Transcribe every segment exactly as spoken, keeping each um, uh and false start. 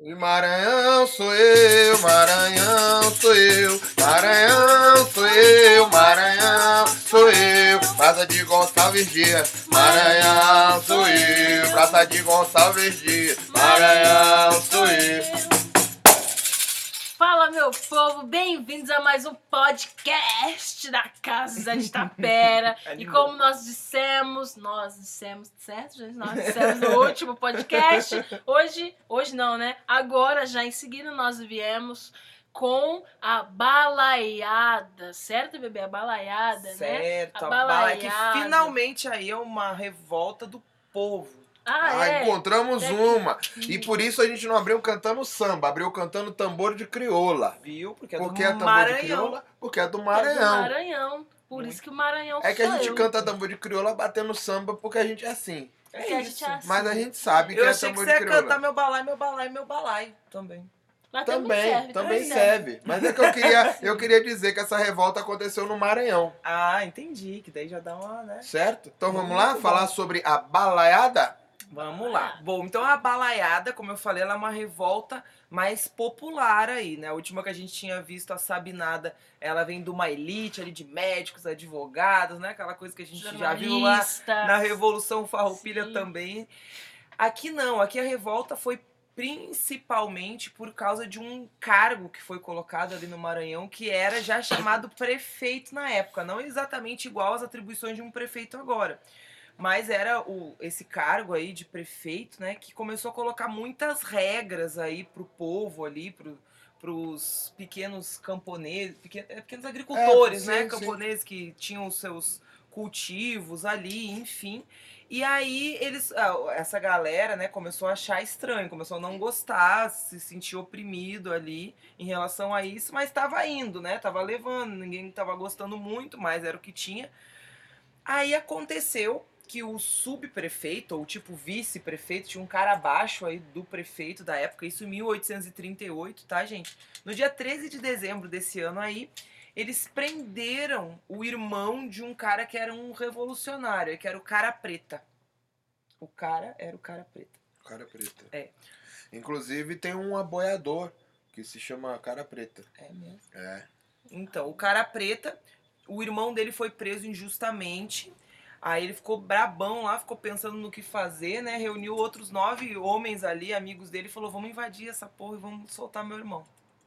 E Maranhão sou eu, Maranhão sou eu, Maranhão sou eu, Maranhão sou eu, Praça de Gonçalves Dias, Maranhão sou eu, Praça de Gonçalves Dias, Maranhão sou eu. Fala, meu povo, bem-vindos a mais um podcast da Casa de Tapera. E como nós dissemos, nós dissemos, certo, gente? Nós dissemos no último podcast, hoje, hoje não, né? Agora, já em seguida, nós viemos com a balaiada, certo, bebê? A balaiada, certo, né? Certo, a balaiada. Que finalmente aí é uma revolta do povo. Ah, Ah, é? encontramos Até uma. que... E por isso a gente não abriu cantando samba, abriu cantando tambor de crioula. Viu? Porque é Por do que é tambor Maranhão. de crioula? Porque é do É do Maranhão. Maranhão. Por Muito. isso que o Maranhão É que a sou gente eu. canta tambor de crioula batendo samba porque a gente é assim. É Porque a isso. gente é assim. Mas a gente sabe que Eu é achei que tambor você de ia crioula. cantar meu balai, meu balai, meu balai também. Mas Também, serve, também serve. serve. Mas é que eu queria, eu queria dizer que essa revolta aconteceu no Maranhão, Ah, entendi. Que daí já dá uma, né? certo? Então vamos Muito lá bom. falar sobre a balaiada? Vamos lá. Bom, então a balaiada, como eu falei, ela é uma revolta mais popular aí, né? A última que a gente tinha visto, a Sabinada, ela vem de uma elite ali de médicos, advogados, né? Aquela coisa que a gente já viu lá Jornalistas. na Revolução Farroupilha Sim. também. Aqui não, aqui a revolta foi principalmente por causa de um cargo que foi colocado ali no Maranhão, que era já chamado prefeito na época, não exatamente igual às atribuições de um prefeito agora. Mas era o, esse cargo aí de prefeito, né, que começou a colocar muitas regras aí pro povo ali, pro, pros pequenos camponeses, pequenos, pequenos agricultores, É, sim, né, sim. camponeses que tinham os seus cultivos ali, enfim. E aí eles, essa galera, né, começou a achar estranho, começou a não gostar, se sentir oprimido ali em relação a isso, mas estava indo, né, tava levando, ninguém tava gostando muito, mas era o que tinha. Aí aconteceu que o subprefeito, ou tipo vice-prefeito, tinha um cara abaixo aí do prefeito da época, isso em mil oitocentos e trinta e oito, tá, gente? No dia treze de dezembro desse ano aí, eles prenderam o irmão de um cara que era um revolucionário, que era o Cara Preta. O cara era o Cara Preta. Cara preta. É. Inclusive tem um aboiador que se chama Cara Preta. É mesmo? É. Então, o Cara Preta, o irmão dele foi preso injustamente. Aí ele ficou brabão lá, ficou pensando no que fazer, né? Reuniu outros nove homens ali, amigos dele, e falou: vamos invadir essa porra e vamos soltar meu irmão.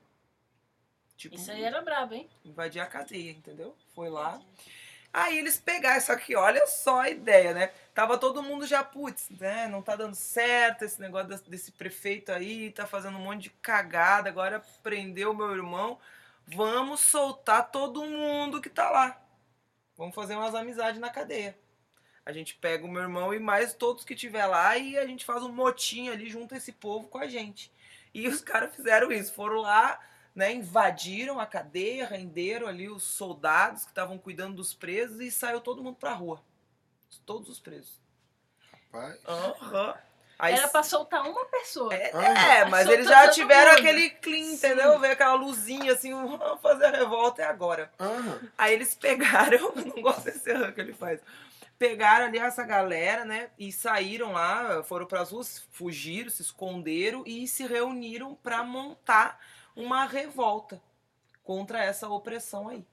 Tipo, Isso aí era brabo, hein? invadir a cadeia, entendeu? Foi lá. Aí eles pegaram, só que olha só a ideia, né? Tava todo mundo já, putz, né? Não tá dando certo esse negócio desse prefeito aí, tá fazendo um monte de cagada, agora prendeu meu irmão. Vamos soltar todo mundo que tá lá. Vamos fazer umas amizades na cadeia. A gente pega o meu irmão e mais todos que tiver lá e a gente faz um motim ali junto a esse povo com a gente. E os caras fizeram isso, foram lá, né, invadiram a cadeia, renderam ali os soldados que estavam cuidando dos presos e saiu todo mundo pra rua. Todos os presos. Rapaz. Aham. Aí, Era pra soltar uma pessoa. É, Aham. é, mas Soltou eles já todo tiveram mundo. aquele clean, Sim. entendeu? Veio aquela luzinha assim, vamos fazer a revolta é agora. Aham. Aí eles pegaram, não gosto desse erro que ele faz. Pegaram ali essa galera, né? E saíram lá, foram pras ruas, fugiram, se esconderam e se reuniram pra montar uma revolta contra essa opressão aí.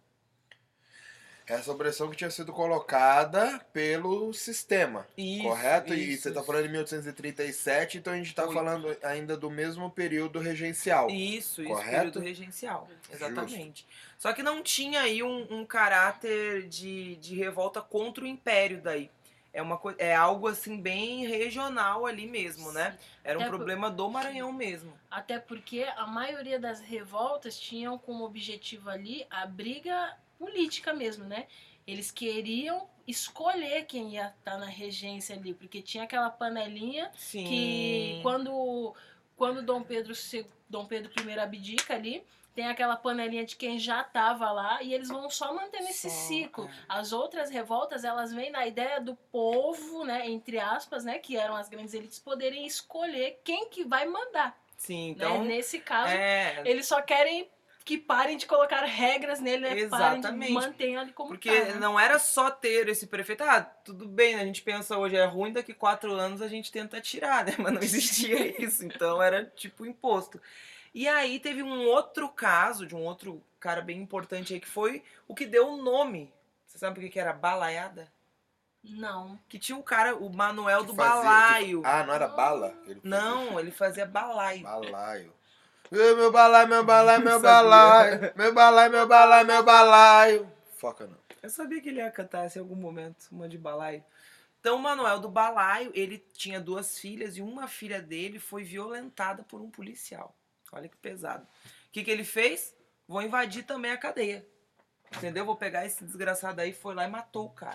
Essa opressão que tinha sido colocada pelo sistema, Isso, correto? E isso, você tá isso. falando de mil oitocentos e trinta e sete, então a gente tá Foi. falando ainda do mesmo período regencial. Isso, isso, Correto? período regencial. Exatamente. Só que não tinha aí um, um caráter de, de revolta contra o império daí. É, uma, coi- é algo assim bem regional ali mesmo, né? Era um Até por- problema do Maranhão mesmo. Até porque a maioria das revoltas tinham como objetivo ali a briga política mesmo, né? Eles queriam escolher quem ia estar na regência ali, porque tinha aquela panelinha Sim. que quando, quando Dom Pedro, se- Dom Pedro I abdica ali, tem aquela panelinha de quem já estava lá e eles vão só mantendo esse Só, ciclo. é. As outras revoltas, elas vêm na ideia do povo, né, entre aspas, né, que eram as grandes elites, poderem escolher quem que vai mandar. Sim, Né? então. Nesse caso, É, eles só querem que parem de colocar regras nele, né? Parem de Exatamente. manter ele como Porque tá, né? não era só ter esse prefeito. Ah, tudo bem, né? A gente pensa hoje é ruim, daqui quatro anos a gente tenta tirar, né? Mas não existia isso. Então era tipo imposto. E aí teve um outro caso de um outro cara bem importante aí, que foi o que deu o nome. Você sabe por que que era balaiada? Não. Que tinha um cara, o Manuel Que do fazia- que- Balaio. Ah, não era bala? Ele fazia. Não, ele fazia balaio. Balaio. Ê, meu balaio, meu balaio, meu Sabia. balaio. Meu balaio, meu balaio, meu balaio. Foca não. Eu sabia que ele ia cantar essa em algum momento, uma de balaio. Então, o Manuel do Balaio, ele tinha duas filhas e uma filha dele foi violentada por um policial. Olha que pesado. O que, que ele fez? Vou invadir também a cadeia. Entendeu? Vou pegar esse desgraçado aí, foi lá e matou o cara.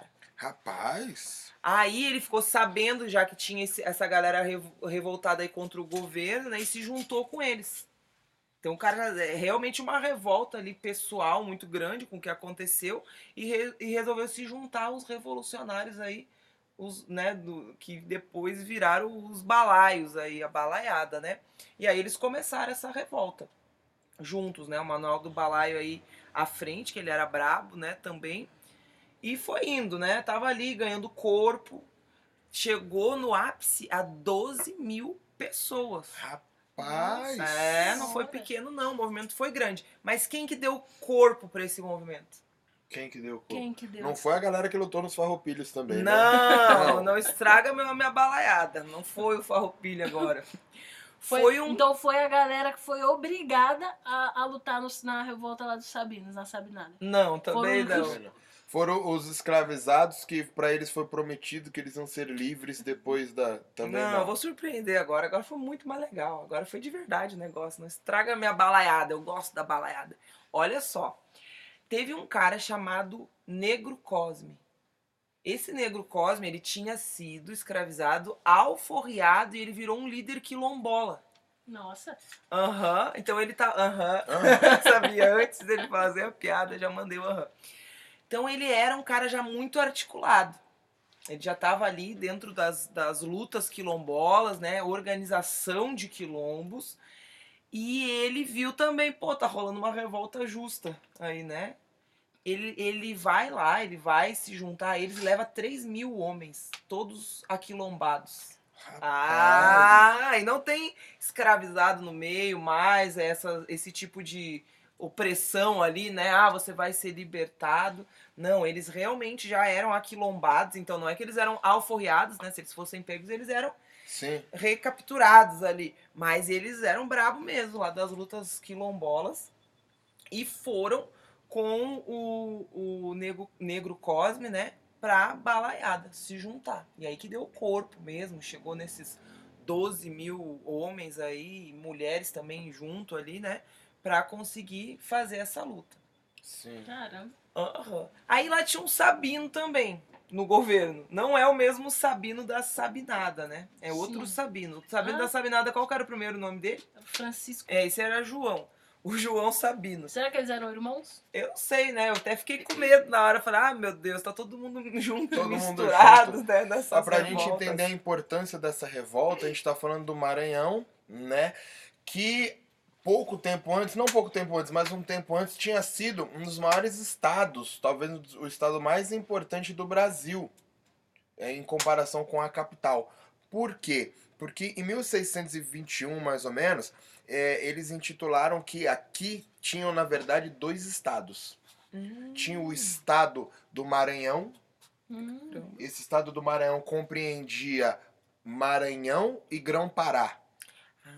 Rapaz. Aí ele ficou sabendo, já que tinha esse- essa galera revo- revoltada aí contra o governo, né? E se juntou com eles. Então o cara é realmente uma revolta ali pessoal muito grande com o que aconteceu e, re- e resolveu se juntar aos revolucionários aí, os, né, do, que depois viraram os balaios aí, a balaiada, né? E aí eles começaram essa revolta juntos, né? O Manuel do Balaio aí à frente, que ele era brabo, né, também. E foi indo, né? Tava ali ganhando corpo. Chegou no ápice a doze mil pessoas. Rapaz. É, não foi pequeno não, o movimento foi grande. Mas quem que deu corpo pra esse movimento? Quem que deu corpo? Quem que deu? Não foi a galera que lutou nos farroupilhos também, né? Não, Não. não estraga minha, minha balaiada. Não foi o Farroupilha agora. Foi, Foi um... Então foi a galera que foi obrigada a, a lutar no- na revolta lá dos Sabinos, na Sabinada. Não, também Foram- não. Também não. Foram os escravizados que pra eles foi prometido que eles iam ser livres depois da... Também Não, não. eu vou surpreender agora. Agora foi muito mais legal. Agora foi de verdade o negócio. Não estraga minha balaiada. Eu gosto da balaiada. Olha só. Teve um cara chamado Negro Cosme. Esse Negro Cosme, ele tinha sido escravizado, alforriado e ele virou um líder quilombola. Nossa. Aham, então ele tá. Aham. Aham. Sabia, antes dele fazer a piada, já mandei o aham. Então ele era um cara já muito articulado. Ele já estava ali dentro das, das lutas quilombolas, né? Organização de quilombos. E ele viu também, pô, tá rolando uma revolta justa aí, né? Ele, ele vai lá, ele vai se juntar a eles e leva três mil homens, todos aquilombados. Ah, e não tem escravizado no meio mais, essa, esse tipo de opressão ali, né? Ah, você vai ser libertado. Não, eles realmente já eram aquilombados, então não é que eles eram alforriados, né? Se eles fossem pegos, eles eram Sim. recapturados ali. Mas eles eram brabo mesmo, lá das lutas quilombolas. E foram com o, o negro, negro Cosme, né? Pra balaiada se juntar. E aí que deu corpo mesmo, chegou nesses doze mil homens aí, mulheres também junto ali, né? Pra conseguir fazer essa luta. Sim. Caramba. Aham. Aí lá tinha um Sabino também, no governo. Não é o mesmo Sabino da Sabinada, né? É outro Sim. Sabino. O Sabino Ah. da Sabinada, qual que era o primeiro nome dele? Francisco. É, esse era João. O João Sabino. Será que eles eram irmãos? Eu não sei, né? Eu até fiquei com medo na hora. Falei, ah, meu Deus, tá todo mundo junto, Todo mundo misturado, junto. né? Nessas Só pra gente revoltas. entender a importância dessa revolta, a gente tá falando do Maranhão, né? Que pouco tempo antes, não pouco tempo antes, mas um tempo antes, tinha sido um dos maiores estados, talvez o estado mais importante do Brasil, é, em comparação com a capital. Por quê? Porque em mil seiscentos e vinte e um, mais ou menos, é, eles intitularam que aqui tinham, na verdade, dois estados. Hum, Tinha o estado do Maranhão. Hum. Esse estado do Maranhão compreendia Maranhão e Grão-Pará. ah,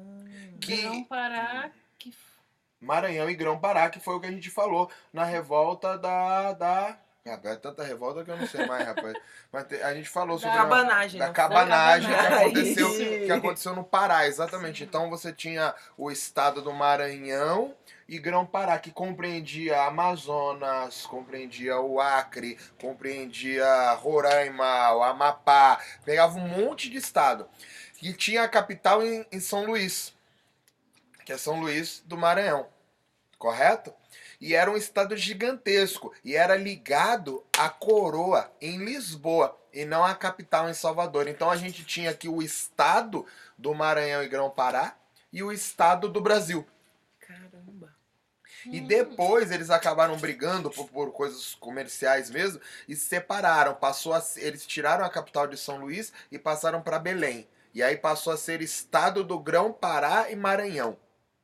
Que- Grão-Pará, que... Maranhão e Grão-Pará, que foi o que a gente falou na revolta da... da... Rapaz, é tanta revolta que eu não sei mais, rapaz. Mas te- a gente falou Da sobre... a- cabanagem, Da não foi? cabanagem que cabanagem. aconteceu, que aconteceu no Pará, exatamente. Então você tinha o estado do Maranhão e Grão-Pará, que compreendia Amazonas, compreendia o Acre, compreendia Roraima, o Amapá, pegava um monte de estado. E tinha a capital em, em São Luís, que é São Luís do Maranhão, correto? E era um estado gigantesco, e era ligado à coroa em Lisboa, e não à capital em Salvador. Então a gente tinha aqui o estado do Maranhão e Grão-Pará, e o estado do Brasil. Caramba. E Hum. depois eles acabaram brigando por, por coisas comerciais mesmo e se separaram. Passou a, ser- eles tiraram a capital de São Luís e passaram para Belém. E aí passou a ser estado do Grão-Pará e Maranhão.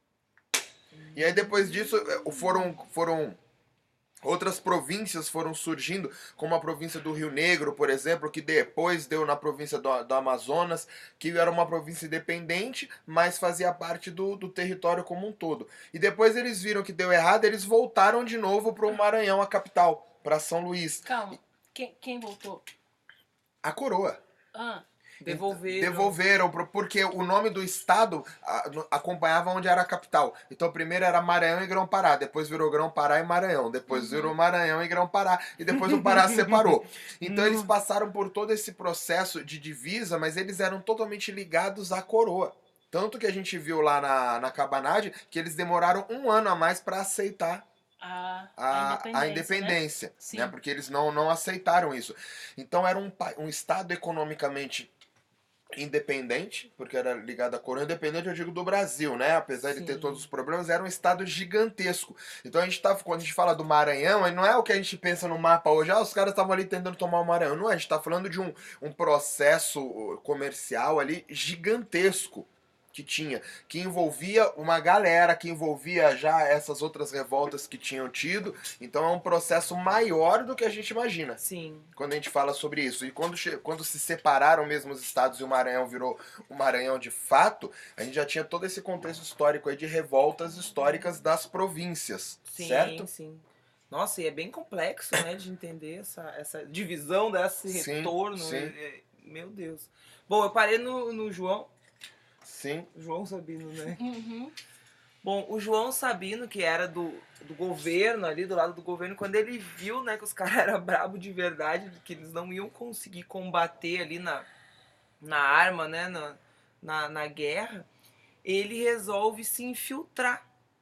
E aí depois disso eh, foram, foram outras províncias foram surgindo, como a província do Rio Negro, por exemplo, que depois deu na província do, do Amazonas, que era uma província independente, mas fazia parte do, do território como um todo. E depois eles viram que deu errado, eles voltaram de novo para o Maranhão, a capital, para São Luís. Calma. Quem, quem voltou? A coroa. Ah, Devolveram. Devolveram, pro- porque o nome do estado a- no- acompanhava onde era a capital. Então primeiro era Maranhão e Grão-Pará, depois virou Grão-Pará e Maranhão, depois Uhum. virou Maranhão e Grão-Pará, e depois o Pará separou. Então eles passaram por todo esse processo de divisa, mas eles eram totalmente ligados à coroa. Tanto que a gente viu lá na, na cabanagem que eles demoraram um ano a mais para aceitar a, a, a independência. a independência, Né? Sim. né? Porque eles não, não aceitaram isso. Então era um, pa- um estado economicamente independente, porque era ligado à coroa, independente eu digo do Brasil, né? Apesar de ter Sim. todos os problemas, era um estado gigantesco. Então a gente tá, quando a gente fala do Maranhão, aí não é o que a gente pensa no mapa hoje, ah, os caras estavam ali tentando tomar o Maranhão. Não é, a gente tá falando de um, um processo comercial ali gigantesco que tinha, que envolvia uma galera, que envolvia já essas outras revoltas que tinham tido. Então é um processo maior do que a gente imagina Sim. quando a gente fala sobre isso. E quando, che- quando se separaram mesmo os estados e o Maranhão virou o Maranhão de fato, a gente já tinha todo esse contexto histórico aí de revoltas históricas das províncias, Sim, certo? sim. Nossa, e é bem complexo, né, de entender essa, essa divisão desse Sim, retorno. sim. é- é- meu Deus. Bom, eu parei no, no João. Sim. João Sabino, né? Uhum. Bom, o João Sabino, que era do, do governo ali, do lado do governo, quando ele viu, né, que os caras eram brabo de verdade, que eles não iam conseguir combater ali na, na arma, né, na, na, na guerra, ele resolve se infiltrar.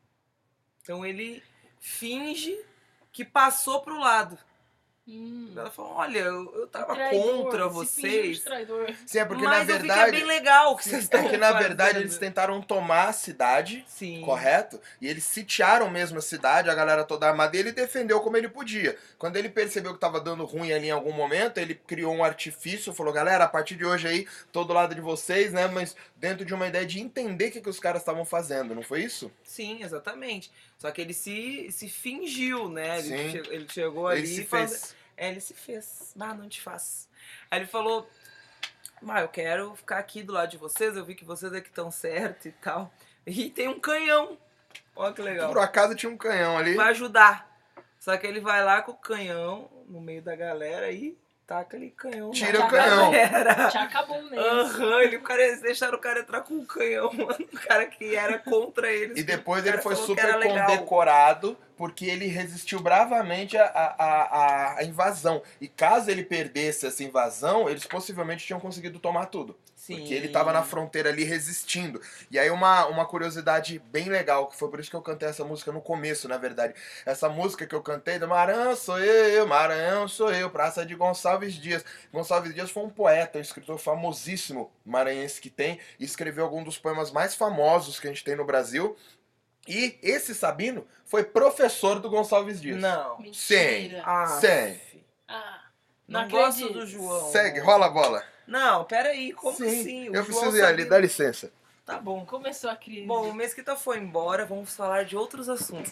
Então ele finge que passou pro lado. Hum. Ela falou, olha, eu, eu tava Traidor, contra se fingiu de vocês, traidor. Sim, é porque mas na eu vi que é verdade. bem legal o que vocês estão É que na fazendo. verdade eles tentaram tomar a cidade, Sim. correto? E eles sitiaram mesmo a cidade, a galera toda armada, e ele defendeu como ele podia. Quando ele percebeu que tava dando ruim ali em algum momento, ele criou um artifício, falou, galera, a partir de hoje aí, tô do lado de vocês, né? Mas dentro de uma ideia de entender o que, que os caras estavam fazendo, não foi isso? Sim, exatamente. Só que ele se, se fingiu, né? Ele, Sim. che- ele chegou ali Ele se e falou- fez. É, ele se fez. Ah, não te faz. Aí ele falou, ah, eu quero ficar aqui do lado de vocês, eu vi que vocês é que estão certo e tal. E tem um canhão. Olha que legal. Por acaso tinha um canhão ali. Vai ajudar. Só que ele vai lá com o canhão no meio da galera e taca ali canhão. Tira na o canhão. galera. Já acabou mesmo. Aham, ele, o cara, eles deixaram o cara entrar com o canhão, mano. O cara que era contra eles. E depois O cara ele foi falou que super era legal. condecorado porque ele resistiu bravamente à, à, à invasão. E caso ele perdesse essa invasão, eles possivelmente tinham conseguido tomar tudo. Sim. Porque ele tava na fronteira ali resistindo. E aí uma, uma curiosidade bem legal, que foi por isso que eu cantei essa música no começo, na verdade. Essa música que eu cantei do Maranhão sou eu, Maranhão sou eu, Praça de Gonçalves Dias. Gonçalves Dias foi um poeta, um escritor famosíssimo maranhense que tem, e escreveu alguns dos poemas mais famosos que a gente tem no Brasil. E esse Sabino foi professor do Gonçalves Dias. Não. Mentira. Ah, Sim. fi. Ah, Não, não gosto acredito. do João. Segue, rola a bola. Não, peraí, como Sim, assim? O eu João preciso ir ali, Sabino- dá licença. Tá bom. Começou a crise. Bom, o Mesquita foi embora, vamos falar de outros assuntos.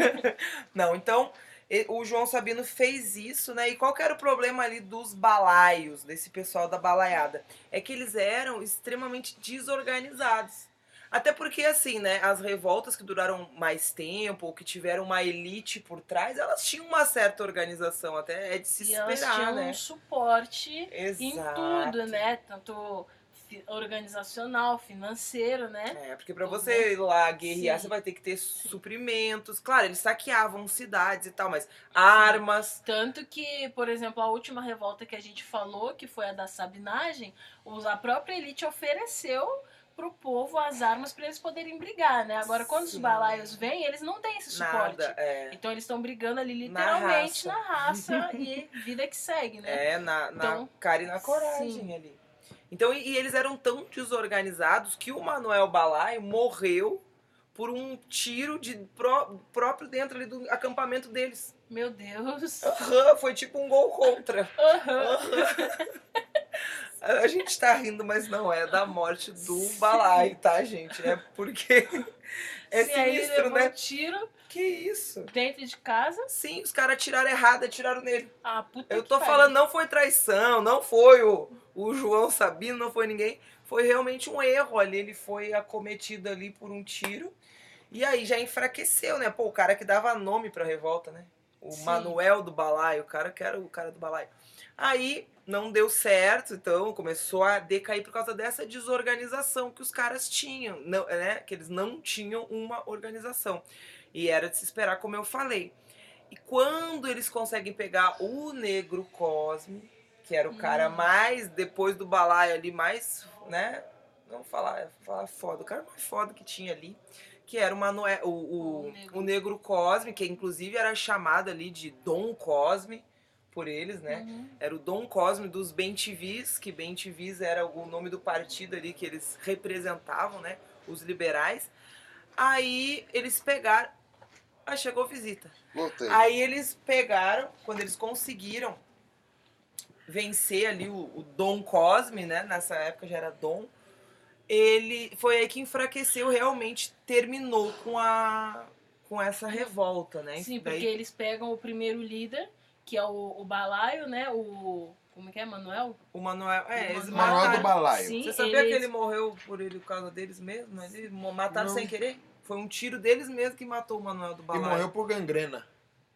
Não, então, e- o João Sabino fez isso, né? E qual que era o problema ali dos balaios, desse pessoal da balaiada? É que eles eram extremamente desorganizados. Até porque, assim, né, as revoltas que duraram mais tempo, ou que tiveram uma elite por trás, elas tinham uma certa organização, até é de se E elas esperar, tinham né? um suporte Exato. em tudo, né? Tanto fi- organizacional, financeiro, né? É, porque pra você ir lá guerrear, Sim. você vai ter que ter suprimentos. Claro, eles saqueavam cidades e tal, mas armas. Tanto que, por exemplo, a última revolta que a gente falou, que foi a da sabinagem, os- a própria elite ofereceu pro povo as armas para eles poderem brigar, né? Agora, quando os Sim. balaios vêm, eles não têm esse suporte. Nada, é. Então eles estão brigando ali Na literalmente raça. na raça, e vida que segue, né? É, na, na Então, cara e na coragem sim. ali. Então, e, e eles eram tão desorganizados que o Manuel Balai morreu por um tiro de pró- próprio dentro ali do acampamento deles. Meu Deus. Aham, foi tipo um gol contra. Aham. A gente tá rindo, mas não é da morte do Sim. Balai, tá, gente? É porque é Sim, aí ele sinistro, levou né? um tiro Que isso? dentro de casa. Sim, os caras tiraram errado, atiraram nele. Ah, puta Eu que tô pariu. falando, não foi traição, não foi o, o João Sabino, não foi ninguém. Foi realmente um erro ali. Ele foi acometido ali por um tiro. E aí já enfraqueceu, né? Pô, o cara que dava nome pra revolta, né? O Sim. Manuel do Balaio, o cara que era o cara do Balaio. Aí não deu certo, então começou a decair por causa dessa desorganização que os caras tinham, não, né? Que eles não tinham uma organização. E era de se esperar, como eu falei. E quando eles conseguem pegar o Negro Cosme, que era o cara Hum. mais, depois do Balaio ali, mais, né? Não falar, falar foda, o cara mais foda que tinha ali, que era o, Manuel, o, o, O Negro. o Negro Cosme, que inclusive era chamado ali de Dom Cosme por eles, né? Uhum. Era o Dom Cosme dos Bem-Te-Vis, que Bem-Te-Vis era o nome do partido ali que eles representavam, né? Os liberais. Aí eles pegaram... Ah, chegou visita. Voltei. Aí eles pegaram, quando eles conseguiram vencer ali o, o Dom Cosme, né? Nessa época já era Dom. Ele foi aí que enfraqueceu, realmente terminou com a com essa revolta, né? Sim, Daí- porque eles pegam o primeiro líder, que é o, o Balaio, né? O. Como que é? Manuel? o Manuel, é, O eles Manuel. Manuel do mataram. Balaio. Sim, Você sabia eles... que ele morreu por ele por causa deles mesmo? Eles mataram Não. sem querer? Foi um tiro deles mesmo que matou o Manuel do E Balaio. morreu por gangrena.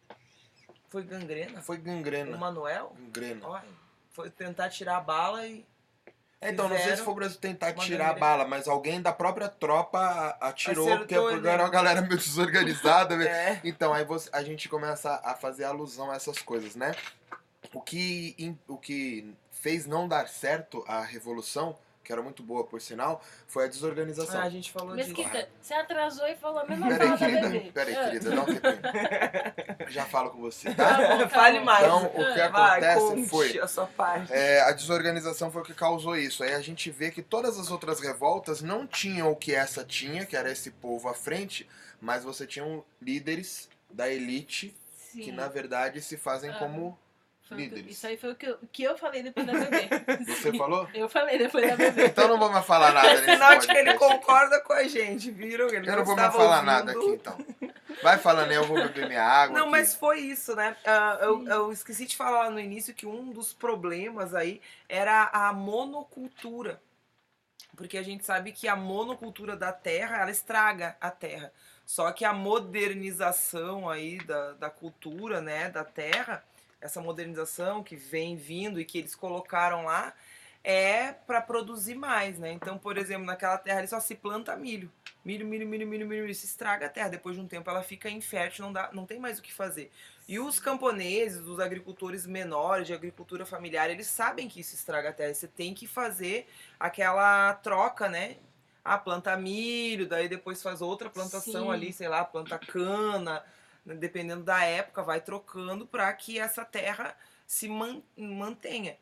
Foi gangrena? Foi O gangrena. Manuel? Gangrena. Olha, foi tentar tirar a bala e Então, não sei se fizeram foi pra tentar uma tirar a gangrena. bala, mas alguém da própria tropa a- atirou, porque Acertou porque ele. era uma galera meio desorganizada. né? É. Então, aí você- a gente começa a fazer alusão a essas coisas, né? O que, im- o que fez não dar certo a revolução, que era muito boa por sinal, foi a desorganização. Ah, a gente falou disso. Mesquita, você atrasou e falou a mesma Peraí, fala da querida, bebê. peraí, Ah, querida, dá um tempinho. Já falo com você, Tá tá? bom, tá Fale bom. mais. Então, o que Ah, Vai, acontece conte foi... a sua parte. É, a desorganização foi o que causou isso. Aí a gente vê que todas as outras revoltas não tinham o que essa tinha, que era esse povo à frente, mas você tinha líderes da elite sim. que na verdade se fazem Ah, como Foi o que- líderes. isso aí foi o que eu, o que eu falei depois da bebê. Você Sim. falou? Eu falei depois da bebê. Então não vou mais falar nada nesse Sinal de que ele podcast aqui. concorda com a gente, viram? Ele Eu não vou mais estava falar ouvindo. nada aqui então. Vai falando aí, eu vou beber minha água. Não, aqui. mas foi isso, né? Ah, eu, eu esqueci de falar lá no início que um dos problemas aí era a monocultura. Porque a gente sabe que a monocultura da terra, ela estraga a terra. Só que a modernização aí da, da cultura, né, da terra, essa modernização que vem vindo e que eles colocaram lá, é para produzir mais, né? Então, por exemplo, naquela terra ali só se planta milho. Milho, milho, milho, milho, milho, isso estraga a terra. Depois de um tempo ela fica infértil, não, dá, não tem mais o que fazer. E os camponeses, os agricultores menores de agricultura familiar, eles sabem que isso estraga a terra. Você tem que fazer aquela troca, né? Ah, planta milho, daí depois faz outra plantação Sim. ali, sei lá, planta cana, dependendo da época, vai trocando para que essa terra se man- mantenha.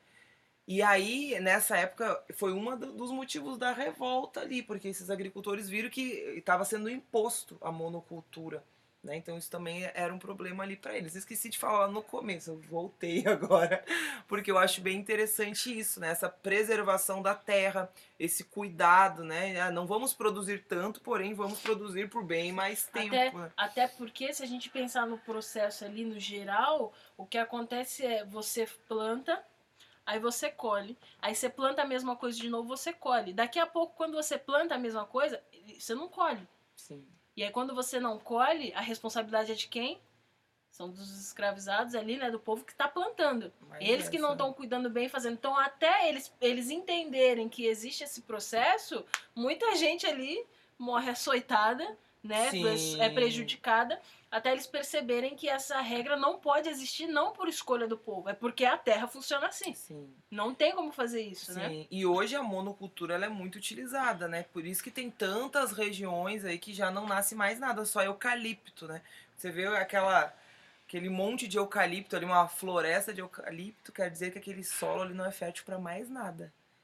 E aí, nessa época, foi um dos motivos da revolta ali, porque esses agricultores viram que estava sendo imposto a monocultura, né? Então isso também era um problema ali para eles. Esqueci de falar no começo, eu voltei agora, porque eu acho bem interessante isso, né? Essa preservação da terra, esse cuidado, né? Ah, não vamos produzir tanto, porém vamos produzir por bem mais tempo. Até, né? até porque, se a gente pensar no processo ali no geral, o que acontece é você planta, aí você colhe, aí você planta a mesma coisa de novo, você colhe. Daqui a pouco, quando você planta a mesma coisa, você não colhe. Sim. E aí, quando você não colhe, a responsabilidade é de quem? São dos escravizados ali, né? Do povo que está plantando. Mas Eles que não essa- estão cuidando bem, fazendo. Então, até eles, eles entenderem que existe esse processo, muita gente ali morre açoitada, né? Sim. É prejudicada, até eles perceberem que essa regra não pode existir, não por escolha do povo, é porque a terra funciona assim. Sim. Não tem como fazer isso, né? Sim, e hoje a monocultura ela é muito utilizada, né? Por isso que tem tantas regiões aí que já não nasce mais nada, só eucalipto, né? Você vê aquela, aquele monte de eucalipto ali, uma floresta de eucalipto, quer dizer que aquele solo ali não é fértil para mais nada.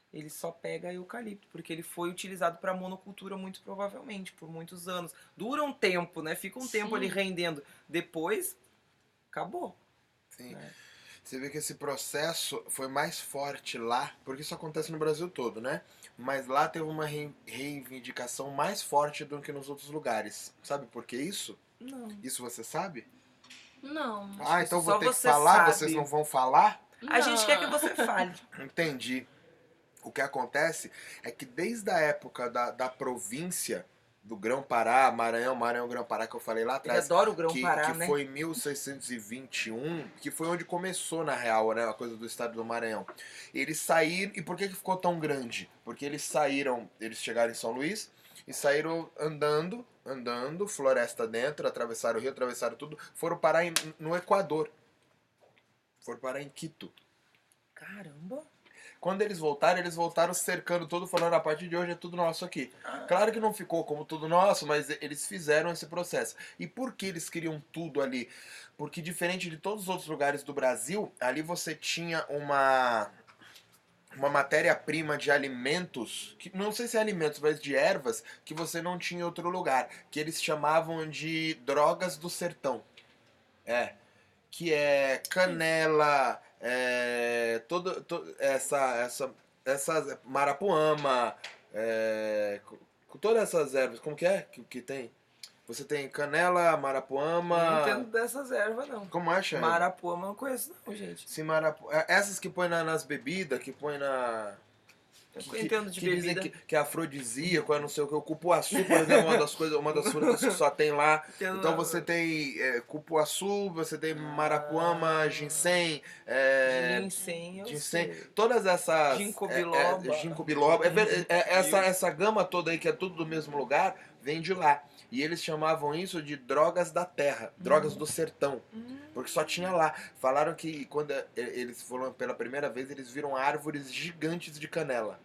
ele só pega eucalipto, porque ele foi utilizado para monocultura muito provavelmente, por muitos anos. Dura um tempo, né? Fica um Sim. tempo ali rendendo. Depois, acabou. Sim. Né? Você vê que esse processo foi mais forte lá, porque isso acontece no Brasil todo, né? Mas lá teve uma rei- reivindicação mais forte do que nos outros lugares. Sabe por que isso? Não. Isso você sabe? Não. Ah, então só vou ter que você falar, sabe. vocês não vão falar? A gente Não. quer que você fale. Entendi. O que acontece é que desde a época da, da província do Grão-Pará, Maranhão, Maranhão, Grão-Pará, que eu falei lá Ele atrás, adora o que, Grão-Pará, que né? foi em mil seiscentos e vinte e um, que foi onde começou, na real, né, a coisa do estado do Maranhão. Eles saíram, e por que, que ficou tão grande? Porque eles saíram, eles chegaram em São Luís e saíram andando, andando, floresta dentro, atravessaram o rio, atravessaram tudo, foram parar em- no Equador. Foram parar em Quito. Caramba. Quando eles voltaram, eles voltaram cercando tudo, falando a partir de hoje é tudo nosso aqui. Claro que não ficou como tudo nosso, mas eles fizeram esse processo. E por que eles queriam tudo ali? Porque diferente de todos os outros lugares do Brasil, ali você tinha uma uma matéria-prima de alimentos, que não sei se é alimentos, mas de ervas, que você não tinha em outro lugar, que eles chamavam de drogas do sertão. É, que é canela, é, todo, to- essa, essa, essas marapuama, é, co- com todas essas ervas, como que é que, que tem? Você tem canela, Não marapuama, entendo dessas ervas, não. como acha? Marapuama eu não conheço, não, gente. Se marapu... é, essas que põe na- nas bebidas, que põe na... Eu Que, que, entendo de que dizem bebida. que, que é afrodisíaco, é não sei o que. O cupuaçu, por exemplo, é uma das coisas, uma das frutas que só tem lá. Entendo- Então você tem é, cupuaçu, você tem marapuama, ginseng, é, Ginseng, eu ginseng, sei. todas essas Ginkgo é, é, biloba. ginkgo biloba, é ver- é- essa essa gama toda aí que é tudo do mesmo lugar vem de lá. E eles chamavam isso de drogas da terra, drogas do sertão, porque só tinha lá. Falaram que quando é, eles foram pela primeira vez, eles viram árvores gigantes de canela.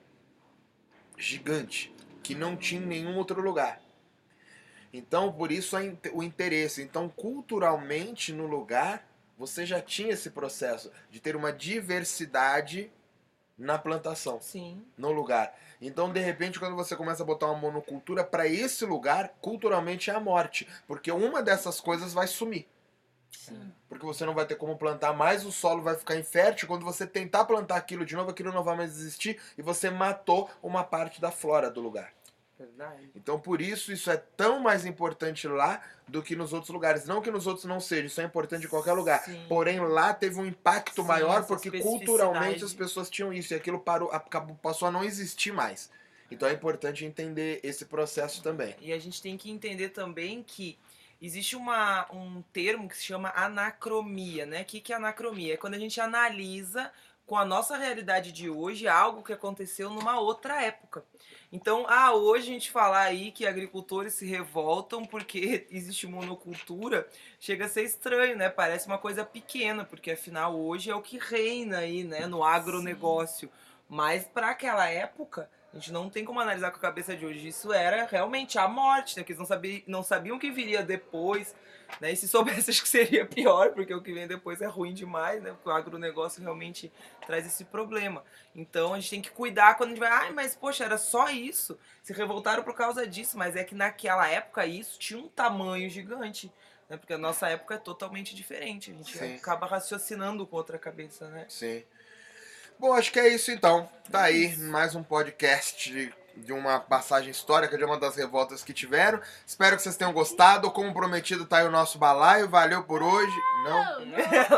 Gigante, que não tinha em nenhum outro lugar. Então, por isso a in- o interesse. Então, culturalmente no lugar, você já tinha esse processo de ter uma diversidade na plantação, Sim. no lugar. Então, de repente, quando você começa a botar uma monocultura, para esse lugar, culturalmente é a morte, porque uma dessas coisas vai sumir. Sim. Porque você não vai ter como plantar mais, o solo vai ficar infértil. Quando você tentar plantar aquilo de novo, aquilo não vai mais existir e você matou uma parte da flora do lugar. Verdade. Então, por isso, isso é tão mais importante lá do que nos outros lugares. Não que nos outros não seja, isso é importante em qualquer lugar. Sim. Porém, lá teve um impacto Sim, maior essa porque especificidade. culturalmente as pessoas tinham isso e aquilo parou, acabou, passou a não existir mais. Então é importante entender esse processo também. E a gente tem que entender também que existe uma, um termo que se chama anacromia, né? O que, que é anacromia? É quando a gente analisa com a nossa realidade de hoje algo que aconteceu numa outra época. Então, ah, hoje a gente falar aí que agricultores se revoltam porque existe monocultura, chega a ser estranho, né? Parece uma coisa pequena, porque afinal hoje é o que reina aí, né, no agronegócio. Mas para aquela época, a gente não tem como analisar com a cabeça de hoje. Isso era realmente a morte, né? Porque eles não sabiam, não sabiam o que viria depois, né? E se soubesse, acho que seria pior, porque o que vem depois é ruim demais, né? Porque o agronegócio realmente traz esse problema. Então a gente tem que cuidar quando a gente vai, ai, mas poxa, era só isso. Se revoltaram por causa disso, mas é que naquela época isso tinha um tamanho gigante, né? Porque a nossa época é totalmente diferente. A gente Sim. acaba raciocinando com outra cabeça, né? Sim. Bom, acho que é isso então. Tá aí mais um podcast de, de uma passagem histórica de uma das revoltas que tiveram. Espero que vocês tenham gostado. Como prometido, tá aí o nosso balaio. Valeu por hoje. Não? Não, não.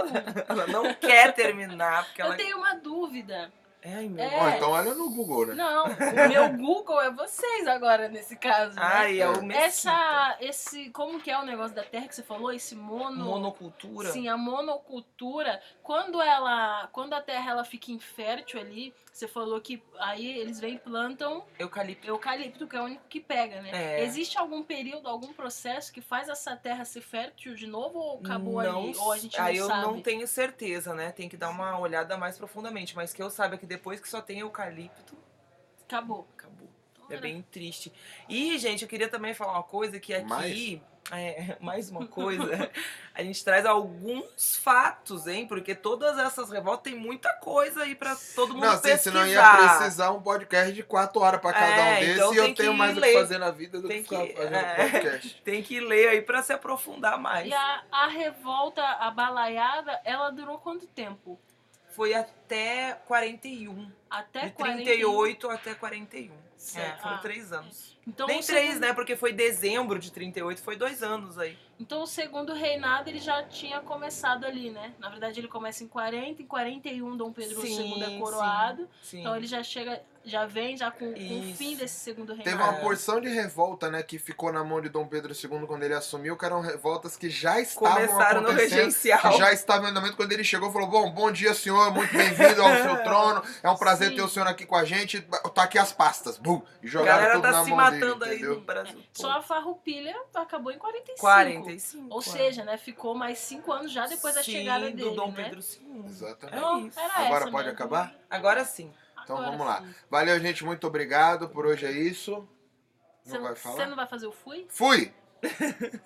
Ela não quer terminar, porque ela... Eu tenho uma dúvida. Ai, meu É. Ó, então olha no Google, né? Não, o meu Google é vocês agora nesse caso, né? Ai, é o Mesquita. Essa, esse, como que é o negócio da terra que você falou? Esse mono... Monocultura. Sim, a monocultura, quando ela, quando a terra ela fica infértil ali, você falou que aí eles vêm e plantam Eucalipto. eucalipto, que é o único que pega, né? É. Existe algum período, algum processo que faz essa terra ser fértil de novo ou acabou Não, ali? Ou a gente não aí eu sabe? não tenho certeza, né? Tem que dar uma olhada mais profundamente. Mas que eu saiba que depois que só tem eucalipto, Acabou. acabou. Então É era- bem triste. E, gente, eu queria também falar uma coisa que aqui... Mais? É, mais uma coisa, a gente traz alguns fatos, hein? Porque todas essas revoltas tem muita coisa aí pra todo mundo Não, sim, pesquisar. senão ia precisar um podcast de quatro horas pra cada É, um desses então e eu tem tenho que mais o que ler. fazer na vida do Tem que ficar que- fazendo é. podcast. Tem que ler aí pra se aprofundar mais. E a, a revolta, a balaiada, ela durou quanto tempo? Foi até quarenta e um. Até De quarenta trinta e oito até quarenta e um. É, Certo. foram Ah. três anos. Então, Nem o três, segundo, né? Porque foi dezembro de trinta e oito, foi dois anos aí. Então o segundo reinado ele já tinha começado ali, né? Na verdade ele começa em quarenta, em quarenta e um Dom Pedro Sim, segundo é coroado. Sim. Então ele já chega, já vem já com, com o Isso. fim desse segundo Teve reinado. uma porção de revolta, né, que ficou na mão de Dom Pedro segundo quando ele assumiu, que eram revoltas que já estavam Começaram no acontecendo, regencial. que já estavam em andamento quando ele chegou e falou, bom, bom dia senhor, muito bem-vindo ao seu trono, é um prazer Sim. ter o senhor aqui com a gente, tá aqui as pastas, bum, e A jogaram galera tudo tá na se mão matando dele, aí entendeu? no Brasil. Só a farroupilha acabou em quarenta e cinco. quarenta e cinco. Ou seja, né, ficou mais cinco anos já depois da sim, chegada do dele, Dom né? Pedro segundo. Exatamente. É Então, isso. era Agora essa pode mesmo. acabar? Agora sim. Então Agora vamos lá. sim. Valeu, gente, muito obrigado, por hoje é isso. Você Não vai Você falar? não vai fazer o fui? Fui!